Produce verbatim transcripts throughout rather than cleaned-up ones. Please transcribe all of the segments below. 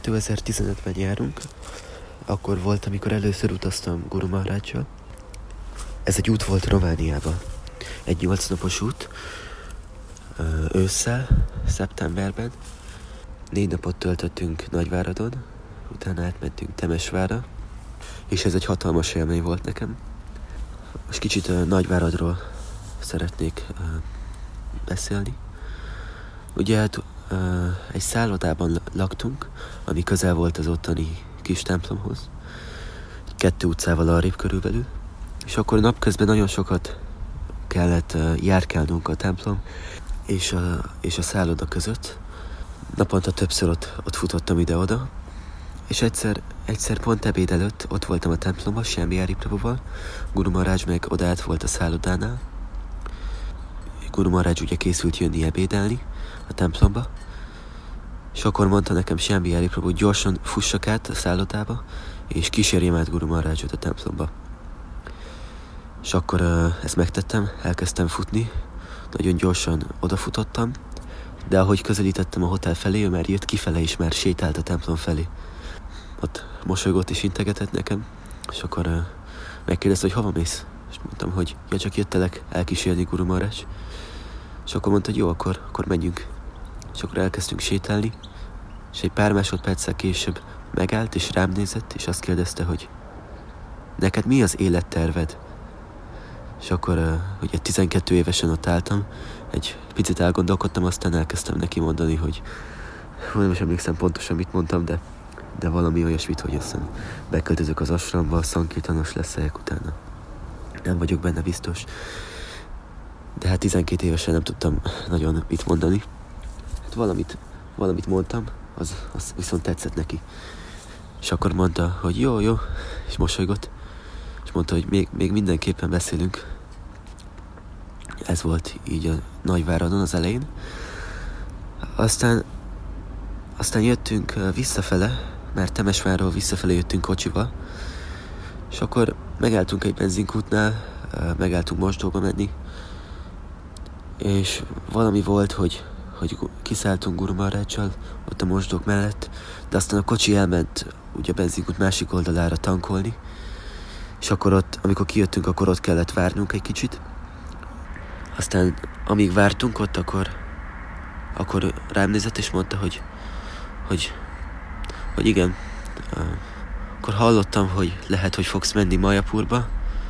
kétezer-tizenötben járunk. Akkor volt, amikor először utaztam Guru Maharajjal. Ez egy út volt Romániába. Egy nyolc napos út. Ősszel, szeptemberben. Négy napot töltöttünk Nagyváradon, utána átmentünk Temesvárra, és ez egy hatalmas élmény volt nekem. Most kicsit uh, Nagyváradról szeretnék uh, beszélni. Ugye hát uh, egy szállodában laktunk, ami közel volt az ottani kis templomhoz. Kettő utcával arrébb körülbelül. És akkor napközben nagyon sokat kellett uh, járkálnunk a templom és a, és a szálloda között. Naponta többször ott, ott futottam ide-oda, és egyszer, egyszer pont ebéd előtt ott voltam a templomban, Shambhari Prabhuval. Guru Maharaj meg odaállt volt a szállodánál. Guru Maharaj ugye készült jönni ebédelni a templomba, és akkor mondta nekem Shambhari Prabhu, hogy gyorsan fussak át a szállodába, és kísérjem át Guru Maharajot a templomba. És akkor uh, ezt megtettem, elkezdtem futni, nagyon gyorsan odafutottam, de ahogy közelítettem a hotel felé, ő már jött kifele, és már sétált a templom felé. Ott mosolygott és integetett nekem, és akkor uh, megkérdezte, hogy hova mész? És mondtam, hogy ja, csak jöttelek elkísérni Guru Maharaj. És akkor mondta, hogy jó, akkor, akkor menjünk. És akkor elkezdtünk sétálni, és egy pár másodperccel később megállt, és rám nézett, és azt kérdezte, hogy neked mi az életterved? És akkor uh, ugye tizenkét évesen ott álltam, egy picit elgondolkodtam, aztán elkezdtem neki mondani, hogy nem is emlékszem pontosan, mit mondtam, de, de valami olyasmit, hogy aztán beköltözök az asramba, szankirtanos leszek utána. Nem vagyok benne biztos. De hát tizenkét évesen nem tudtam nagyon mit mondani. Hát valamit, valamit mondtam, az, az viszont tetszett neki. És akkor mondta, hogy jó, jó, és mosolygott. És mondta, hogy még, még mindenképpen beszélünk. Ez volt így a Nagyváradon az elején. Aztán, aztán jöttünk visszafele, mert Temesvárról visszafele jöttünk kocsival. És akkor megálltunk egy benzinkútnál, megálltunk mosdóba menni. És valami volt, hogy, hogy kiszálltunk Guru Maharajjal ott a mosdók mellett, de aztán a kocsi elment ugye a benzinkút másik oldalára tankolni. És akkor ott, amikor kijöttünk, akkor ott kellett várnunk egy kicsit. Aztán amíg vártunk ott, akkor, akkor rám nézett és mondta, hogy, hogy, hogy igen, uh, akkor hallottam, hogy lehet, hogy fogsz menni Mayapurba,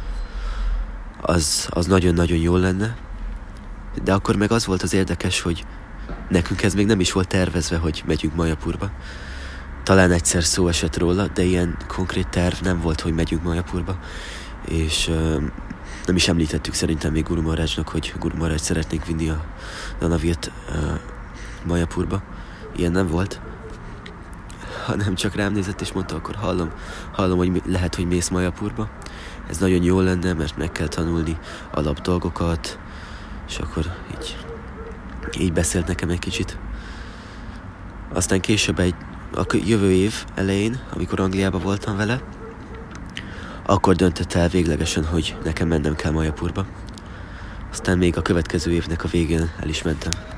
az, az nagyon-nagyon jó lenne, de akkor meg az volt az érdekes, hogy nekünk ez még nem is volt tervezve, hogy megyünk Mayapurba. Talán egyszer szó esett róla, de ilyen konkrét terv nem volt, hogy megyünk Mayapurba, és uh, nem is említettük szerintem még Guru Maharajnak, hogy Guru Maharaj szeretnénk vinni a Danavirt uh, Mayapurba. Ilyen nem volt. Hanem csak rám nézett és mondta, akkor hallom, hallom, hogy lehet, hogy mész Mayapurba. Ez nagyon jó lenne, mert meg kell tanulni alap dolgokat, és akkor így, így beszélt nekem egy kicsit. Aztán később egy a jövő év elején, amikor Angliában voltam vele, akkor döntött el véglegesen, hogy nekem mennem kell Mayapurba. Aztán még a következő évnek a végén el is mentem.